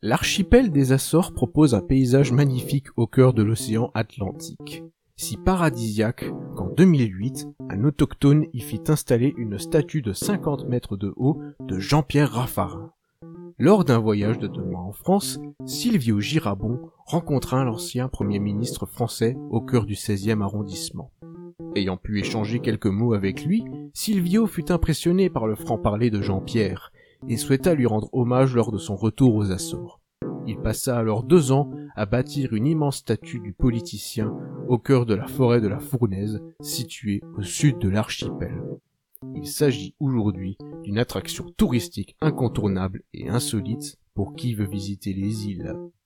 L'archipel des Açores propose un paysage magnifique au cœur de l'océan Atlantique. Si paradisiaque qu'en 2008, un autochtone y fit installer une statue de 50 mètres de haut de Jean-Pierre Raffarin. Lors d'un voyage de 2 mois en France, Silvio Girabon rencontra l'ancien Premier ministre français au cœur du 16e arrondissement. Ayant pu échanger quelques mots avec lui, Silvio fut impressionné par le franc-parler de Jean-Pierre et souhaita lui rendre hommage lors de son retour aux Açores. Il passa alors 2 ans à bâtir une immense statue du politicien au cœur de la forêt de la Fournaise, située au sud de l'archipel. Il s'agit aujourd'hui d'une attraction touristique incontournable et insolite pour qui veut visiter les îles.